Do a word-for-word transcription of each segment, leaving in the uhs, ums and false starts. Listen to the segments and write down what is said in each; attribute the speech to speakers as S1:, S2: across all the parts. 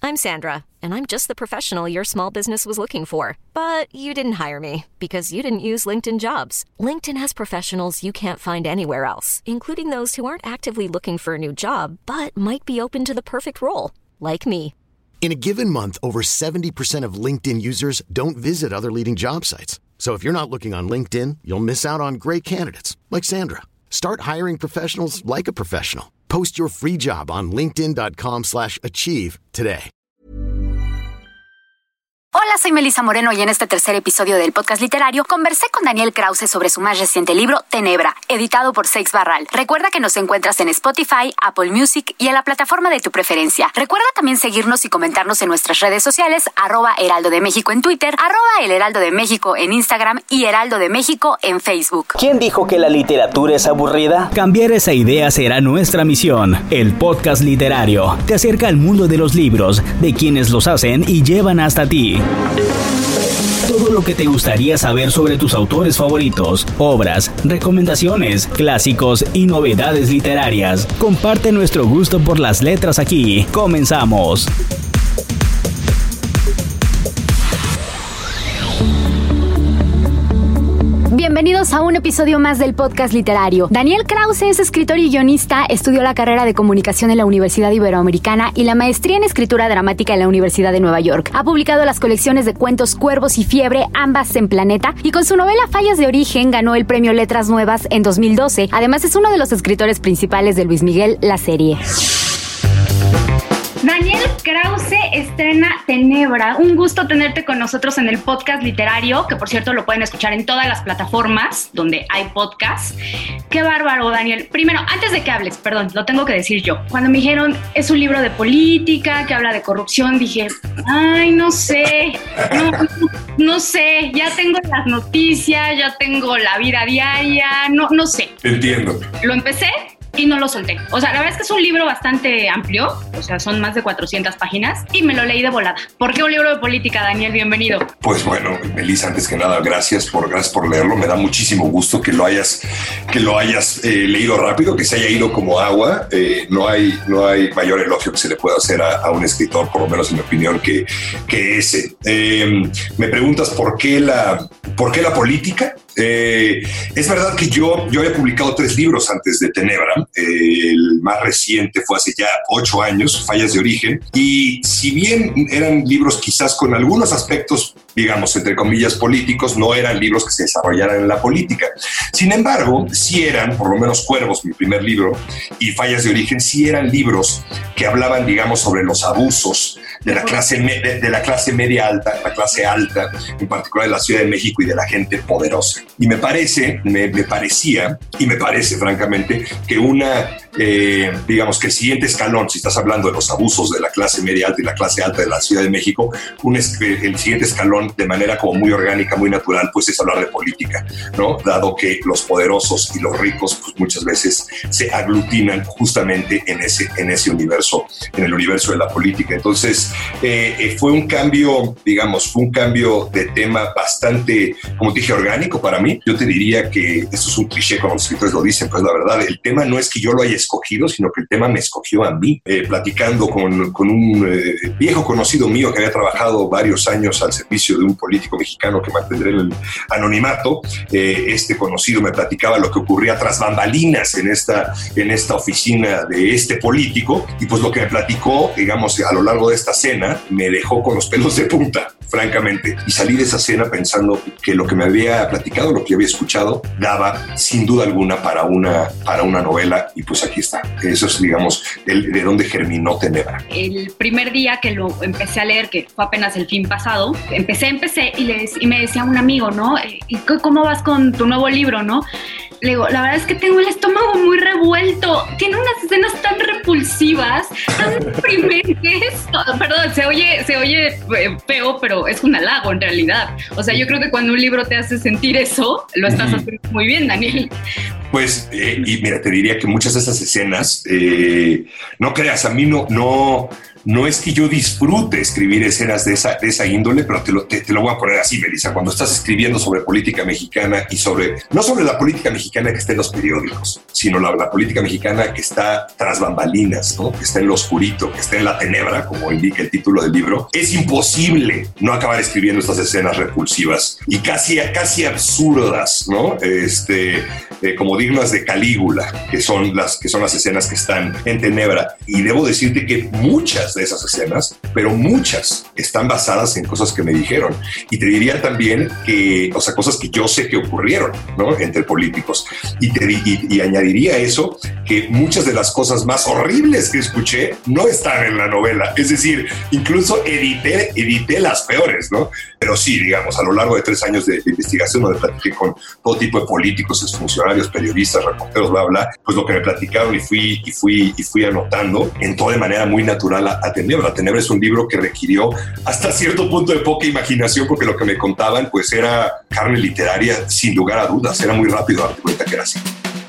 S1: I'm Sandra, and I'm just the professional your small business was looking for. But you didn't hire me because you didn't use LinkedIn Jobs. LinkedIn has professionals you can't find anywhere else, including those who aren't actively looking for a new job, but might be open to the perfect role, like me.
S2: In a given month, over seventy percent of LinkedIn users don't visit other leading job sites. So if you're not looking on LinkedIn, you'll miss out on great candidates like Sandra. Start hiring professionals like a professional. Post your free job on linkedin.com slash achieve today.
S3: Hola, soy Melissa Moreno y en este tercer episodio del podcast literario conversé con Daniel Krause sobre su más reciente libro, Tenebra, editado por Seix Barral. Recuerda que nos encuentras en Spotify, Apple Music y en la plataforma de tu preferencia. Recuerda también seguirnos y comentarnos en nuestras redes sociales, arroba Heraldo de México en Twitter, arroba El Heraldo de México en Instagram y Heraldo de México en Facebook.
S4: ¿Quién dijo que la literatura es aburrida? Cambiar esa idea será nuestra misión. El podcast literario te acerca al mundo de los libros, de quienes los hacen y llevan hasta ti. Todo lo que te gustaría saber sobre tus autores favoritos, obras, recomendaciones, clásicos y novedades literarias. Comparte nuestro gusto por las letras aquí. Comenzamos.
S3: Bienvenidos a un episodio más del podcast literario. Daniel Krause es escritor y guionista, estudió la carrera de comunicación en la Universidad Iberoamericana y la maestría en escritura dramática en la Universidad de Nueva York. Ha publicado las colecciones de cuentos Cuervos y Fiebre, ambas en Planeta, y con su novela Fallas de Origen ganó el premio Letras Nuevas en dos mil doce. Además es uno de los escritores principales de Luis Miguel, la serie. Daniel Krause estrena Tenebra. Un gusto tenerte con nosotros en el podcast literario, que por cierto lo pueden escuchar en todas las plataformas donde hay podcast. Qué bárbaro, Daniel. Primero, antes de que hables, perdón, lo tengo que decir yo. Cuando me dijeron, es un libro de política, que habla de corrupción, dije, ay, no sé, no, no, no sé, ya tengo las noticias, ya tengo la vida diaria, no, no sé.
S5: Entiendo.
S3: Lo empecé y no lo solté. O sea, la verdad es que es un libro bastante amplio, o sea, son más de cuatrocientas páginas y me lo leí de volada. ¿Por qué un libro de política, Daniel? Bienvenido.
S5: Pues bueno, Melissa, antes que nada, gracias por, gracias por leerlo. Me da muchísimo gusto que lo hayas, que lo hayas eh, leído rápido, que se haya ido como agua. Eh, no hay, no hay mayor elogio que se le pueda hacer a, a un escritor, por lo menos en mi opinión, que, que ese. Eh, me preguntas por qué la, por qué la política. Eh, es verdad que yo, yo había publicado tres libros antes de Tenebra. Eh, el más reciente fue hace ya ocho años, Fallas de Origen, y si bien eran libros quizás con algunos aspectos, digamos, entre comillas, políticos, no eran libros que se desarrollaran en la política. Sin embargo, sí eran, por lo menos Cuervos, mi primer libro, y Fallas de Origen, sí eran libros que hablaban, digamos, sobre los abusos de la clase, me- de, de la clase media alta, la clase alta, en particular de la Ciudad de México y de la gente poderosa. Y me parece, me, me parecía, y me parece francamente, que una, eh, digamos que el siguiente escalón, si estás hablando de los abusos de la clase media alta y la clase alta de la Ciudad de México, un es, el siguiente escalón de manera como muy orgánica, muy natural, pues es hablar de política, ¿no? Dado que los poderosos y los ricos, pues muchas veces se aglutinan justamente en ese, en ese universo, en el universo de la política. Entonces, eh, eh, fue un cambio, digamos, fue un cambio de tema bastante, como dije, orgánico para mí. Yo te diría que esto es un cliché, como los escritores lo dicen, pues la verdad, el tema no es que yo lo haya escogido, sino que el tema me escogió a mí. Eh, platicando con, con un eh, viejo conocido mío que había trabajado varios años al servicio de un político mexicano que mantendré el anonimato, eh, este conocido me platicaba lo que ocurría tras bambalinas en esta, en esta oficina de este político, y pues lo que me platicó, digamos, a lo largo de esta cena, me dejó con los pelos de punta, francamente, y salí de esa cena pensando que lo que me había platicado, lo que había escuchado, daba sin duda alguna para una, para una novela, y pues aquí está. Eso es, digamos, el, de dónde germinó Tenebra.
S3: El primer día que lo empecé a leer, que fue apenas el fin pasado, empecé, empecé y, les, y me decía un amigo, ¿no? ¿Y cómo vas con tu nuevo libro, no? Le digo, la verdad es que tengo el estómago muy revuelto. Tiene unas escenas tan repulsivas, tan deprimentes. Perdón, se oye, se oye feo, pero es un halago en realidad. O sea, yo creo que cuando un libro te hace sentir eso, lo estás haciendo muy bien, Daniel.
S5: Pues, eh, y mira, te diría que muchas de esas escenas, eh, no creas, a mí no, no, no es que yo disfrute escribir escenas de esa, de esa índole, pero te lo, te, te lo voy a poner así, Melissa. Cuando estás escribiendo sobre política mexicana y sobre, no sobre la política mexicana que está en los periódicos, sino la, la política mexicana que está tras bambalinas, ¿no? Que está en lo oscurito, que está en la tenebra, como indica el título del libro, es imposible no acabar escribiendo estas escenas repulsivas y casi, casi absurdas, ¿no? Este, eh, como dignas de Calígula, que son, las, que son las escenas que están en tenebra. Y debo decirte que muchas de esas escenas, pero muchas, están basadas en cosas que me dijeron. Y te diría también que, o sea, cosas que yo sé que ocurrieron, ¿no? Entre políticos. Y, te, y, y añadiría eso, que muchas de las cosas más horribles que escuché no están en la novela. Es decir, incluso edité, edité las peores, ¿no? Pero sí, digamos, a lo largo de tres años de, de investigación, donde platiqué con todo tipo de políticos, funcionarios, periodistas, reporteros, bla, bla, pues lo que me platicaron y fui, y fui, y fui anotando, entró de manera muy natural a, a Tenebra. Tenebra es un libro que requirió hasta cierto punto de poca imaginación, porque lo que me contaban pues era carne literaria sin lugar a dudas. Era muy rápido darte cuenta que era así.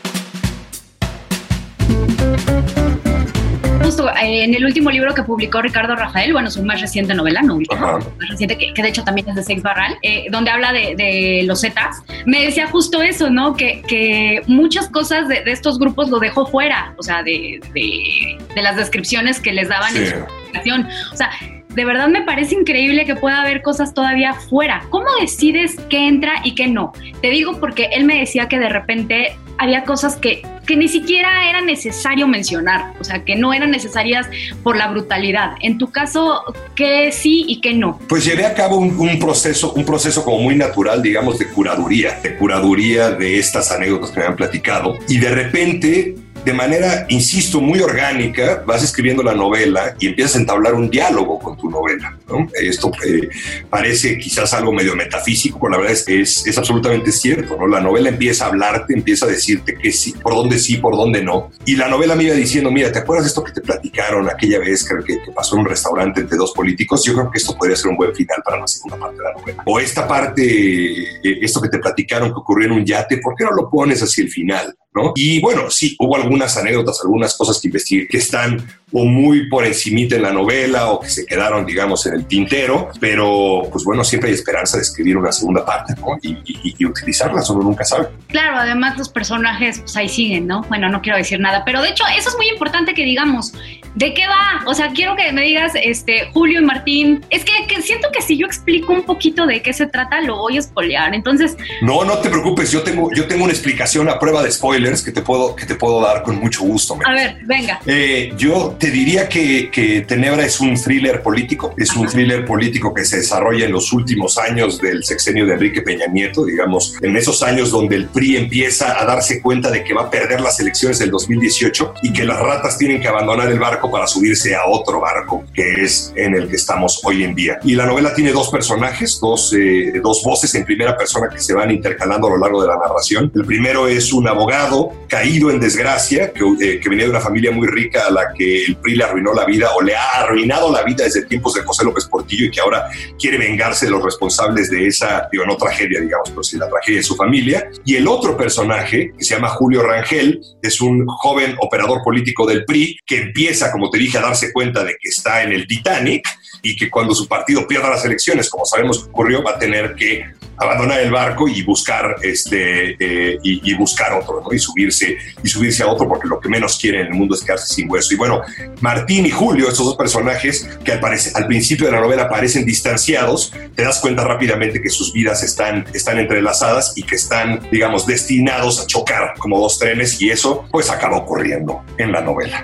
S3: Justo eh, en el último libro que publicó Ricardo Rafael, bueno, su más reciente novela, no último, más reciente, que, que de hecho también es de Seix Barral, eh, donde habla de, de los Zetas, me decía justo eso, ¿no? Que, que muchas cosas de, de estos grupos lo dejó fuera, o sea, de, de, de las descripciones que les daban, sí, en su publicación. O sea, de verdad me parece increíble que pueda haber cosas todavía fuera. ¿Cómo decides qué entra y qué no? Te digo porque él me decía que de repente había cosas que, que ni siquiera era necesario mencionar, o sea, que no eran necesarias por la brutalidad. En tu caso, ¿qué sí y qué no?
S5: Pues llevé a cabo un, un proceso, un proceso como muy natural, digamos, de curaduría, de curaduría de estas anécdotas que me han platicado, y de repente, de manera, insisto, muy orgánica, vas escribiendo la novela y empiezas a entablar un diálogo con tu novela, ¿no? Esto eh, parece quizás algo medio metafísico, pero la verdad es que es, es absolutamente cierto, ¿no? La novela empieza a hablarte, empieza a decirte que sí, por dónde sí, por dónde no. Y la novela me iba diciendo, mira, ¿te acuerdas de esto que te platicaron aquella vez que, que, que pasó en un restaurante entre dos políticos? Yo creo que esto podría ser un buen final para la segunda parte de la novela. O esta parte, eh, esto que te platicaron que ocurrió en un yate, ¿por qué no lo pones hacia el final? ¿No? Y bueno, sí, hubo algunas anécdotas, algunas cosas que investigué que están o muy por encimita en la novela o que se quedaron, digamos, en el tintero, pero pues bueno, siempre hay esperanza de escribir una segunda parte, ¿no? Y, y, y utilizarlas, uno nunca sabe.
S3: Claro, además los personajes pues ahí siguen, ¿no? Bueno, no quiero decir nada, pero de hecho eso es muy importante que digamos, ¿de qué va? O sea, quiero que me digas, este, Julio y Martín, es que, que siento que si yo explico un poquito de qué se trata, lo voy a spoilear, entonces...
S5: No, no te preocupes, yo tengo, yo tengo una explicación a prueba de spoilers que te puedo, que te puedo dar con mucho gusto.
S3: A ver, venga.
S5: Eh, yo te diría que, que Tenebra es un thriller político, es Ajá. un thriller político que se desarrolla en los últimos años del sexenio de Enrique Peña Nieto, digamos, en esos años donde el P R I empieza a darse cuenta de que va a perder las elecciones del dos mil dieciocho y que las ratas tienen que abandonar el barco para subirse a otro barco, que es en el que estamos hoy en día. Y la novela tiene dos personajes, dos, eh, dos voces en primera persona que se van intercalando a lo largo de la narración. El primero es un abogado caído en desgracia, que, eh, que venía de una familia muy rica a la que el P R I le arruinó la vida o le ha arruinado la vida desde tiempos de José López Portillo y que ahora quiere vengarse de los responsables de esa, digo, no tragedia, digamos, pero sí la tragedia de su familia. Y el otro personaje, que se llama Julio Rangel, es un joven operador político del P R I que empieza, como te dije, a darse cuenta de que está en el Titanic y que cuando su partido pierda las elecciones, como sabemos que ocurrió, va a tener que abandonar el barco y buscar este eh, y, y buscar otro, ¿no? Y subirse y subirse a otro, porque lo que menos quiere en el mundo es quedarse sin hueso. Y bueno, Martín y Julio, estos dos personajes que al, parece, al principio de la novela parecen distanciados, te das cuenta rápidamente que sus vidas están, están entrelazadas y que están, digamos, destinados a chocar como dos trenes, y eso pues acaba ocurriendo en la novela.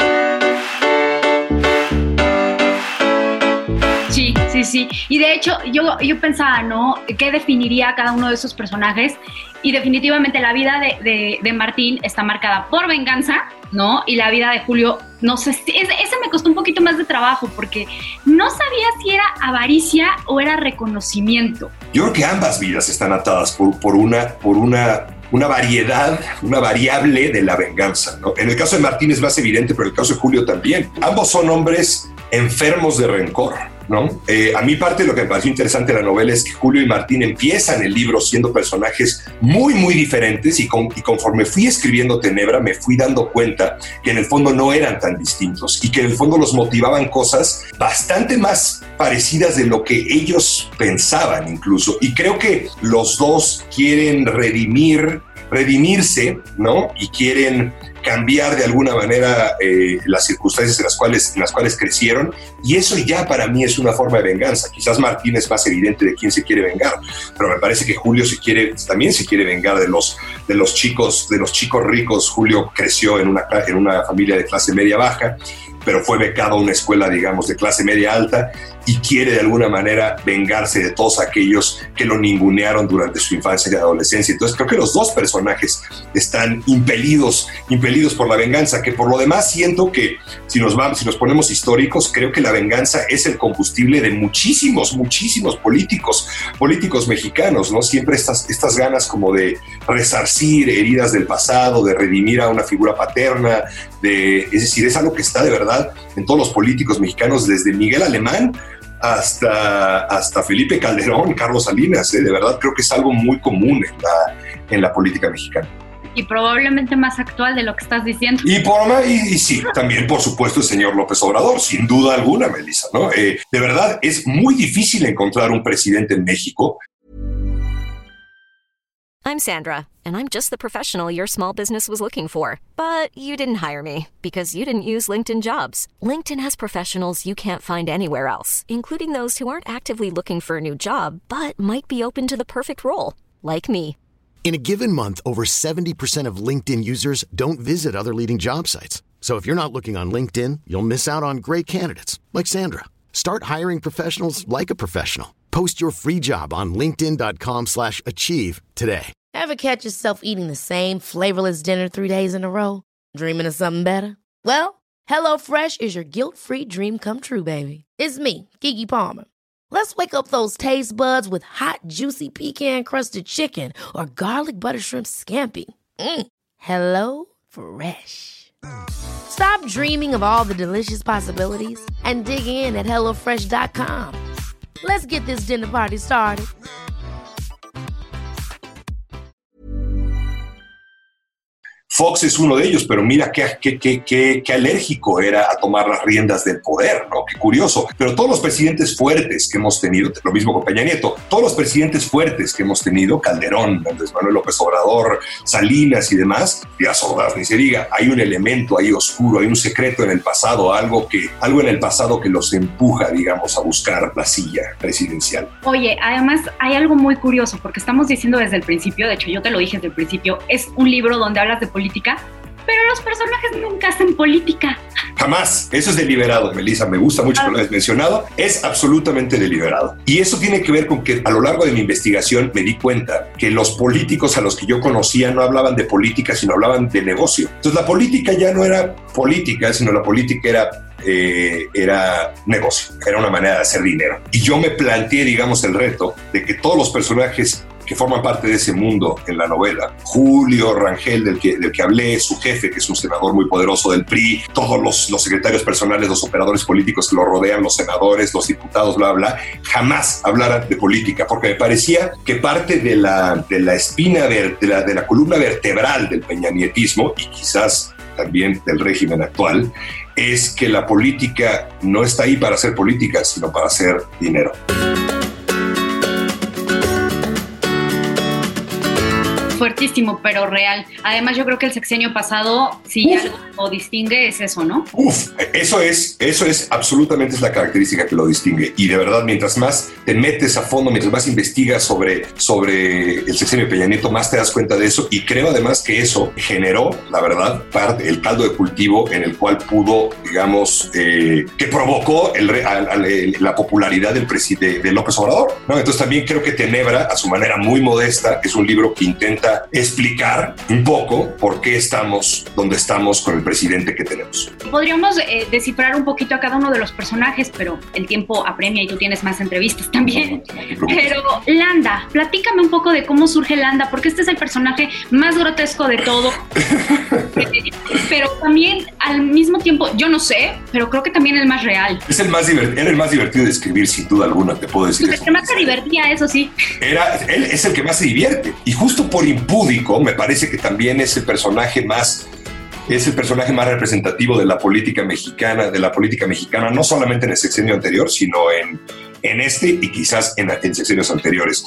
S3: Sí, sí, sí. Y de hecho, yo, yo pensaba, ¿no? ¿Qué definiría cada uno de esos personajes? Y definitivamente la vida de, de, de Martín está marcada por venganza, ¿no? Y la vida de Julio, no sé, ese, ese me costó un poquito más de trabajo porque no sabía si era avaricia o era reconocimiento.
S5: Yo creo que ambas vidas están atadas por, por una... Por una una variedad, una variable de la venganza, ¿no? En el caso de Martín es más evidente, pero en el caso de Julio también. Ambos son hombres enfermos de rencor, ¿no? Eh, a mí parte de lo que me pareció interesante de la novela es que Julio y Martín empiezan el libro siendo personajes muy, muy diferentes y, con, y conforme fui escribiendo Tenebra me fui dando cuenta que en el fondo no eran tan distintos y que en el fondo los motivaban cosas bastante más parecidas de lo que ellos pensaban incluso. Y creo que los dos quieren redimir, redimirse, ¿no? Y quieren cambiar de alguna manera eh, las circunstancias en las, cuales, en las cuales crecieron, y eso ya para mí es una forma de venganza. Quizás Martín es más evidente de quién se quiere vengar, pero me parece que Julio se quiere, también se quiere vengar de los, de los chicos, de los chicos ricos. Julio creció en una, en una familia de clase media baja, pero fue becado a una escuela, digamos, de clase media alta, y quiere de alguna manera vengarse de todos aquellos que lo ningunearon durante su infancia y adolescencia. Entonces creo que los dos personajes están impelidos, impelidos por la venganza, que por lo demás siento que si nos vamos, si nos ponemos históricos, creo que la venganza es el combustible de muchísimos, muchísimos políticos, políticos mexicanos, ¿no? Siempre estas, estas ganas como de resarcir heridas del pasado, de redimir a una figura paterna, de, es decir, es algo que está de verdad en todos los políticos mexicanos, desde Miguel Alemán hasta, hasta Felipe Calderón, Carlos Salinas, ¿eh? De verdad creo que es algo muy común en la, en la política mexicana.
S3: Y probablemente más actual de lo que estás diciendo.
S5: Y, por, y, y sí, también por supuesto el señor López Obrador, sin duda alguna, Melissa, ¿no? Eh, de verdad es muy difícil encontrar un presidente en México.
S1: I'm Sandra, and I'm just the professional your small business was looking for. But you didn't hire me because you didn't use LinkedIn Jobs. LinkedIn has professionals you can't find anywhere else, including those who aren't actively looking for a new job, but might be open to the perfect role, like me.
S2: In a given month, over seventy percent of LinkedIn users don't visit other leading job sites. So if you're not looking on LinkedIn, you'll miss out on great candidates like Sandra. Start hiring professionals like a professional. Post your free job on linkedin dot com slash achieve today.
S6: Ever catch yourself eating the same flavorless dinner three days in a row? Dreaming of something better? Well, HelloFresh is your guilt-free dream come true, baby. It's me, Keke Palmer. Let's wake up those taste buds with hot, juicy pecan-crusted chicken or garlic butter shrimp scampi. Mm. Hello Fresh. Stop dreaming of all the delicious possibilities and dig in at hello fresh dot com. Let's get this dinner party started.
S5: Fox es uno de ellos, pero mira qué, qué, qué, qué, qué alérgico era a tomar las riendas del poder, ¿no? Qué curioso. Pero todos los presidentes fuertes que hemos tenido, lo mismo con Peña Nieto, todos los presidentes fuertes que hemos tenido, Calderón, Andrés Manuel López Obrador, Salinas y demás, Díaz Ordaz, ni se diga, hay un elemento ahí oscuro, hay un secreto en el pasado, algo, que, algo en el pasado que los empuja, digamos, a buscar la silla presidencial.
S3: Oye, además hay algo muy curioso, porque estamos diciendo desde el principio, de hecho yo te lo dije desde el principio, es un libro donde hablas de política, pero los personajes nunca hacen política.
S5: Jamás. Eso es deliberado, Melissa. Me gusta mucho que lo hayas mencionado. Es absolutamente deliberado. Y eso tiene que ver con que a lo largo de mi investigación me di cuenta que los políticos a los que yo conocía no hablaban de política, sino hablaban de negocio. Entonces la política ya no era política, sino la política era Eh, era negocio, era una manera de hacer dinero. Y yo me planteé, digamos, el reto de que todos los personajes que forman parte de ese mundo en la novela, Julio Rangel, del que, del que hablé, su jefe, que es un senador muy poderoso del P R I, todos los, los secretarios personales, los operadores políticos que lo rodean, los senadores, los diputados, bla, bla, jamás hablaran de política, porque me parecía que parte de la, de la espina, de la, de la columna vertebral del peñanietismo, y quizás también del régimen actual, es que la política no está ahí para hacer política, sino para hacer dinero.
S3: Fuertísimo, pero real. Además, yo creo que el sexenio pasado, si Uf. algo lo distingue, es eso, ¿no?
S5: Uf, eso es, eso es absolutamente es la característica que lo distingue. Y de verdad, mientras más te metes a fondo, mientras más investigas sobre, sobre el sexenio de Peña Nieto, más te das cuenta de eso. Y creo además que eso generó, la verdad, parte, el caldo de cultivo en el cual pudo, digamos, eh, que provocó el, al, al, el, la popularidad del presidente de López Obrador, ¿no? Entonces también creo que Tenebra, a su manera muy modesta, es un libro que intenta explicar un poco por qué estamos donde estamos con el presidente que tenemos.
S3: Podríamos eh, descifrar un poquito a cada uno de los personajes, pero el tiempo apremia y tú tienes más entrevistas también. No, no, no pero Landa, platícame un poco de cómo surge Landa, porque este es el personaje más grotesco de todo. Pero también al mismo tiempo, yo no sé, pero creo que también el más real.
S5: Es el más divertido, era el más divertido de escribir, sin duda alguna, te puedo decir.
S3: Pues el que más se divertía, eso sí.
S5: Era, él es el que más se divierte. Y justo por impúdico, me parece que también es el personaje más... es el personaje más representativo de la política mexicana, de la política mexicana, no solamente en el sexenio anterior, sino en, en este y quizás en, en sexenios anteriores.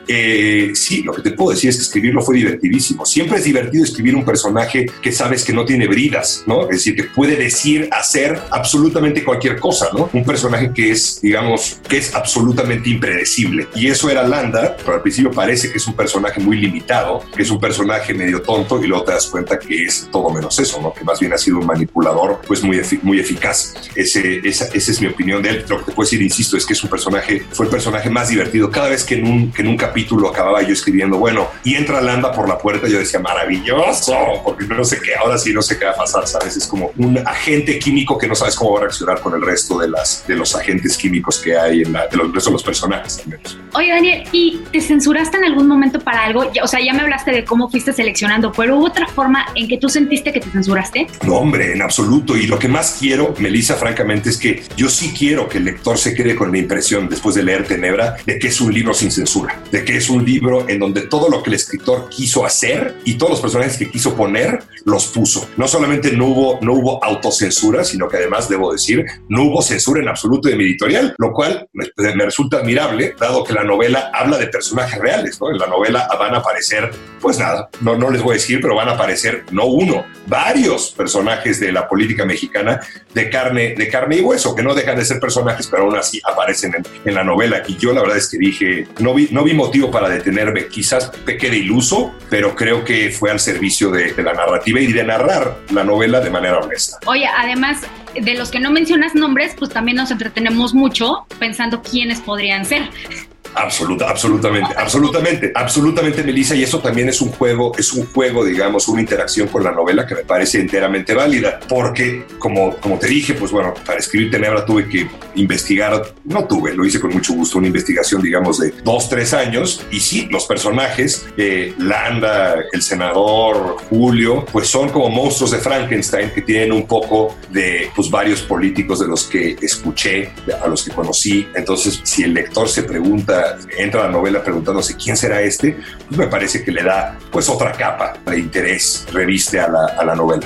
S5: Eh, sí, lo que te puedo decir es que escribirlo fue divertidísimo. Siempre es divertido escribir un personaje que sabes que no tiene bridas, ¿no? Es decir, que puede decir, hacer absolutamente cualquier cosa, ¿no? Un personaje que es, digamos, que es absolutamente impredecible. Y eso era Landa, pero al principio parece que es un personaje muy limitado, que es un personaje medio tonto, y luego te das cuenta que es todo menos eso, ¿no? Que más bien ha sido un manipulador, pues muy, efic- muy eficaz. Ese, esa, esa es mi opinión de él. Lo que te puedo decir, insisto, es que es un personaje, fue el personaje más divertido. Cada vez que en un, que en un capítulo acababa yo escribiendo, bueno, y entra Landa por la puerta, yo decía, maravilloso, porque no sé qué, ahora sí no sé qué va a pasar, ¿sabes? Es como un agente químico que no sabes cómo va a reaccionar con el resto de, las, de los agentes químicos que hay en la, de los, de los personajes también.
S3: Oye, Daniel, ¿y te censuraste en algún momento para algo? O sea, ya me hablaste de cómo fuiste seleccionando, pero ¿hubo otra forma en que tú sentiste que te censuraste?
S5: No, hombre, en absoluto. Y lo que más quiero, Melissa, francamente, es que yo sí quiero que el lector se quede con la impresión, después de leer Tenebra, de que es un libro sin censura, de que es un libro en donde todo lo que el escritor quiso hacer y todos los personajes que quiso poner, los puso. No solamente no hubo, no hubo autocensura, sino que además, debo decir, no hubo censura en absoluto de mi editorial, lo cual me, me resulta admirable, dado que la novela habla de personajes reales, ¿no? En la novela van a aparecer, pues nada, no, no les voy a decir, pero van a aparecer, no uno, varios personajes de la política mexicana de carne, de carne y hueso, que no dejan de ser personajes, pero aún así aparecen en, en la novela. Y yo la verdad es que dije, no vi, no vi motivo para detenerme. Quizás pequé de iluso, pero creo que fue al servicio de, de la narrativa y de narrar la novela de manera honesta.
S3: Oye, además de los que no mencionas nombres, pues también nos entretenemos mucho pensando quiénes podrían ser.
S5: Absoluta, absolutamente, absolutamente, absolutamente, Melissa, y eso también es un juego, es un juego, digamos, una interacción con la novela que me parece enteramente válida, porque como, como te dije, pues bueno, para escribir Tenebra tuve que investigar, no tuve, lo hice con mucho gusto, una investigación, digamos, de dos, tres años, y sí, los personajes, eh, Landa, el senador, Julio, pues son como monstruos de Frankenstein que tienen un poco de, pues, varios políticos de los que escuché, a los que conocí. Entonces, si el lector se pregunta, entra a la novela preguntándose quién será este, pues me parece que le da pues otra capa de interés, reviste a la, a la novela.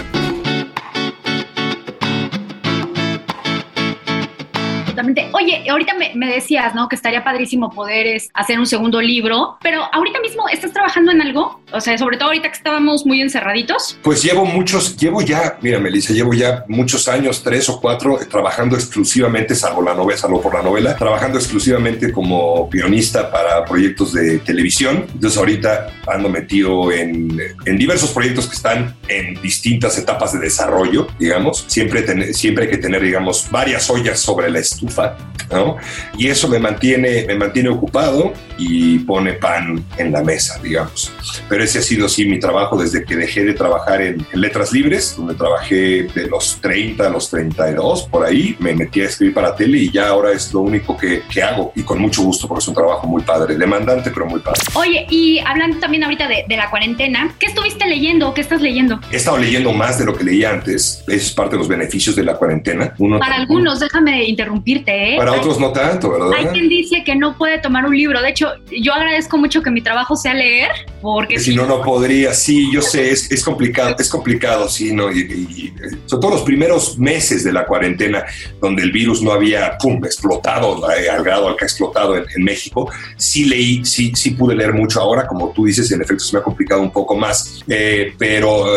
S3: Oye, ahorita me, me decías, ¿no? Que estaría padrísimo poder es, hacer un segundo libro, pero ahorita mismo ¿estás trabajando en algo? O sea, sobre todo ahorita que estábamos muy encerraditos.
S5: Pues llevo muchos, llevo ya, mira, Melissa, llevo ya muchos años, tres o cuatro, trabajando exclusivamente, salvo la novela, salvo por la novela, trabajando exclusivamente como guionista para proyectos de televisión. Entonces ahorita ando metido en, en diversos proyectos que están en distintas etapas de desarrollo, digamos. Siempre, ten, siempre hay que tener, digamos, varias ollas sobre la estufa, ¿no? Y eso me mantiene, me mantiene ocupado y pone pan en la mesa, digamos. Pero ese ha sido, sí, mi trabajo desde que dejé de trabajar en, en Letras Libres, donde trabajé de los treinta a los treinta y dos, por ahí. Me metí a escribir para tele y ya ahora es lo único que, que hago, y con mucho gusto, porque es un trabajo muy padre, demandante, pero muy padre.
S3: Oye, y hablando también ahorita de, de la cuarentena, ¿qué estuviste leyendo? ¿Qué estás leyendo?
S5: He estado leyendo más de lo que leía antes. Eso es parte de los beneficios de la cuarentena. Uno,
S3: para algunos, déjame interrumpirte, ¿eh?
S5: Para hay, otros no tanto, ¿verdad?
S3: Hay quien dice que no puede tomar un libro. De hecho, yo agradezco mucho que mi trabajo sea leer, porque...
S5: Que si no, no podría. Sí, yo sé, es, es complicado, es complicado, sí, ¿no? Y, y, sobre todo los primeros meses de la cuarentena, donde el virus no había, pum, explotado, eh, al grado al que ha explotado en, en México, sí leí, sí, sí pude leer mucho. Ahora, como tú dices, en efecto se me ha complicado un poco más, eh, pero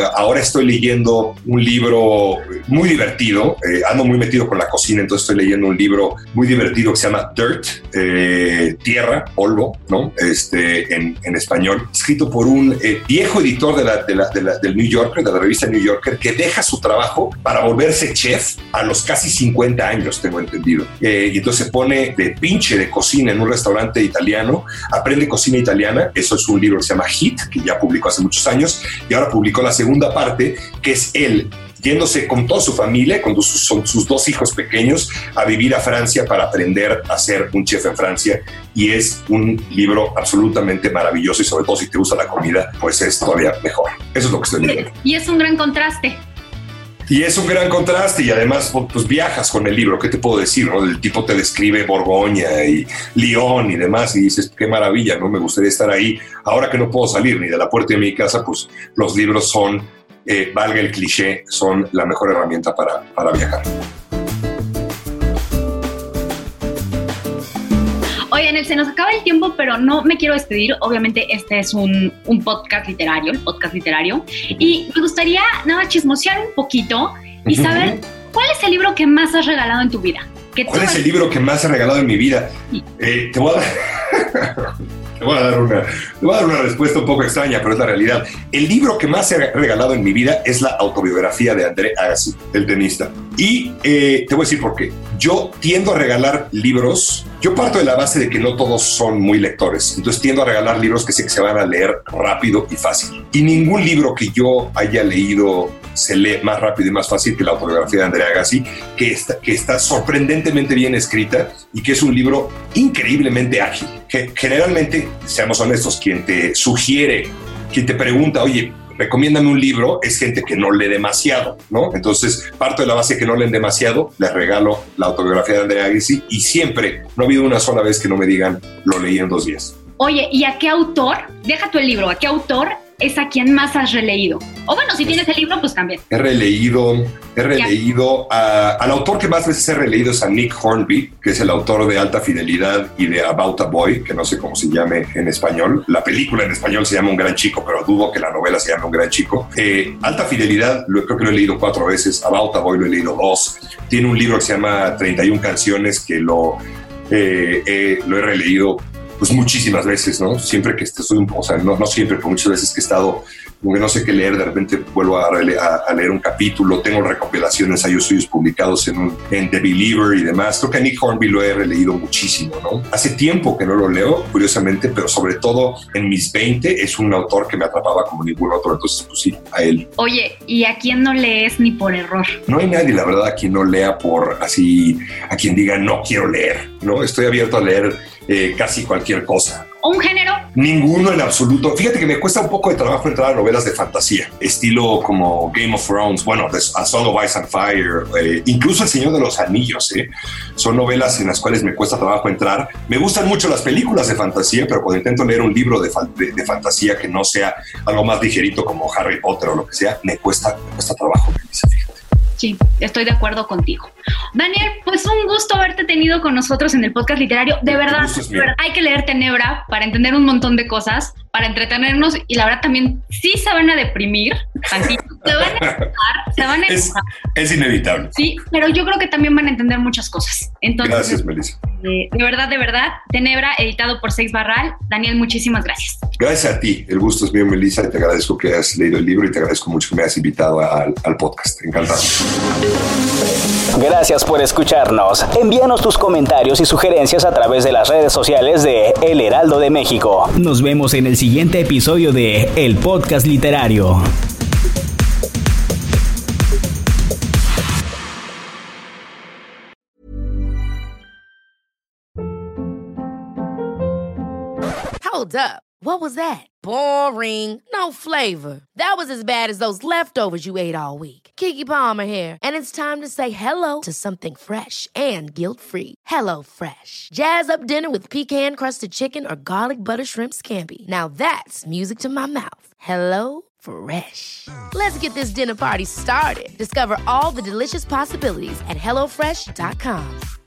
S5: ahora estoy leyendo un libro muy divertido, eh, ando muy metido con la cocina, entonces estoy leyendo un libro muy divertido que se llama Dirt, eh, tierra, polvo, ¿no? Este, en, en español, escrito por un eh, viejo editor de la, de la, de la, del New Yorker, de la revista New Yorker, que deja su trabajo para volverse chef a los casi cincuenta años, tengo entendido. Eh, y entonces se pone de pinche de cocina en un restaurante italiano, aprende cocina italiana. Eso es un libro que se llama Hit, que ya publicó hace muchos años, y ahora publicó la segunda parte, que es él yéndose con toda su familia, con sus, son sus dos hijos pequeños, a vivir a Francia para aprender a ser un chef en Francia. Y es un libro absolutamente maravilloso, y sobre todo si te gusta la comida, pues es todavía mejor. Eso es lo que estoy leyendo.
S3: Y es un gran contraste.
S5: Y es un gran contraste, y además pues viajas con el libro. ¿Qué te puedo decir, no? El tipo te describe Borgoña y Lyon y demás, y dices, qué maravilla, ¿no? Me gustaría estar ahí. Ahora que no puedo salir ni de la puerta de mi casa, pues los libros son, eh, valga el cliché, son la mejor herramienta para, para viajar.
S3: Oye, Daniel, se nos acaba el tiempo, pero no me quiero despedir. Obviamente este es un, un podcast literario, el podcast literario, y me gustaría nada chismosear un poquito y saber cuál es el libro que más has regalado en tu vida.
S5: ¿Cuál es el libro que más he regalado en mi vida? Sí. Eh, te voy a dar... Te voy, a dar una, te voy a dar una respuesta un poco extraña, pero es la realidad. El libro que más he regalado en mi vida es la autobiografía de André Agassi, el tenista. Y eh, te voy a decir por qué. Yo tiendo a regalar libros. Yo parto de la base de que no todos son muy lectores. Entonces tiendo a regalar libros que sé que se van a leer rápido y fácil. Y ningún libro que yo haya leído se lee más rápido y más fácil que la autobiografía de André Agassi, que está, que está sorprendentemente bien escrita y que es un libro increíblemente ágil. Que generalmente, seamos honestos, quien te sugiere, quien te pregunta, oye, recomiéndame un libro, es gente que no lee demasiado, ¿no? Entonces, parto de la base que no leen demasiado, les regalo la autobiografía de André Agassi, y siempre, no ha habido una sola vez que no me digan, lo leí en dos días.
S3: Oye, ¿y a qué autor? Deja tú el libro, ¿a qué autor es a quien más has releído? O bueno, si tienes el libro, pues también.
S5: He releído, he releído a, al autor que más veces he releído es a Nick Hornby, que es el autor de Alta Fidelidad y de About a Boy, que no sé cómo se llame en español. La película en español se llama Un Gran Chico, pero dudo que la novela se llame Un Gran Chico. Eh, Alta Fidelidad, lo, creo que lo he leído cuatro veces. About a Boy lo he leído dos. Tiene un libro que se llama treinta y una canciones, que lo, eh, eh, lo he releído pues muchísimas veces, ¿no? Siempre que estoy, o sea, no, no siempre, pero muchas veces que he estado, como que no sé qué leer, de repente vuelvo a, rele- a, a leer un capítulo. Tengo recopilaciones, ensayos suyos publicados en, un, en The Believer y demás. Creo que a Nick Hornby lo he releído muchísimo, ¿no? Hace tiempo que no lo leo, curiosamente, pero sobre todo en mis veinte es un autor que me atrapaba como ningún otro, entonces pues sí, a él.
S3: Oye, ¿y a quién no lees ni por error?
S5: No hay nadie, la verdad, a quien no lea por así, a quien diga no quiero leer, ¿no? Estoy abierto a leer Eh, casi cualquier cosa.
S3: ¿O un género?
S5: Ninguno en absoluto. Fíjate que me cuesta un poco de trabajo entrar a novelas de fantasía, estilo como Game of Thrones, bueno, A Song of Ice and Fire, eh, incluso El Señor de los Anillos. Eh. Son novelas en las cuales me cuesta trabajo entrar. Me gustan mucho las películas de fantasía, pero cuando intento leer un libro de, fa- de, de fantasía que no sea algo más ligerito como Harry Potter o lo que sea, me cuesta, me cuesta trabajo, Melissa, fíjate.
S3: Sí, estoy de acuerdo contigo. Daniel, pues un gusto haberte tenido con nosotros en el podcast literario. De verdad, de verdad, hay que leer Tenebra para entender un montón de cosas, para entretenernos, y la verdad también sí se van a deprimir tantito, se van a enojar, se van a
S5: es, es inevitable.
S3: Sí, pero yo creo que también van a entender muchas cosas. Entonces,
S5: gracias, Melissa.
S3: De, de verdad, de verdad, Tenebra, editado por Seix Barral. Daniel, muchísimas gracias.
S5: Gracias a ti. El gusto es mío, Melissa, y te agradezco que hayas leído el libro y te agradezco mucho que me hayas invitado al, al podcast. Encantado.
S4: Gracias por escucharnos. Envíanos tus comentarios y sugerencias a través de las redes sociales de El Heraldo de México. Nos vemos en el siguiente episodio de El Podcast Literario.
S6: Hold up. What was that? Boring. No flavor. That was as bad as those leftovers you ate all week. Keke Palmer here, and it's time to say hello to something fresh and guilt-free. Hello Fresh. Jazz up dinner with pecan-crusted chicken or garlic butter shrimp scampi. Now that's music to my mouth. Hello Fresh. Let's get this dinner party started. Discover all the delicious possibilities at hello fresh dot com.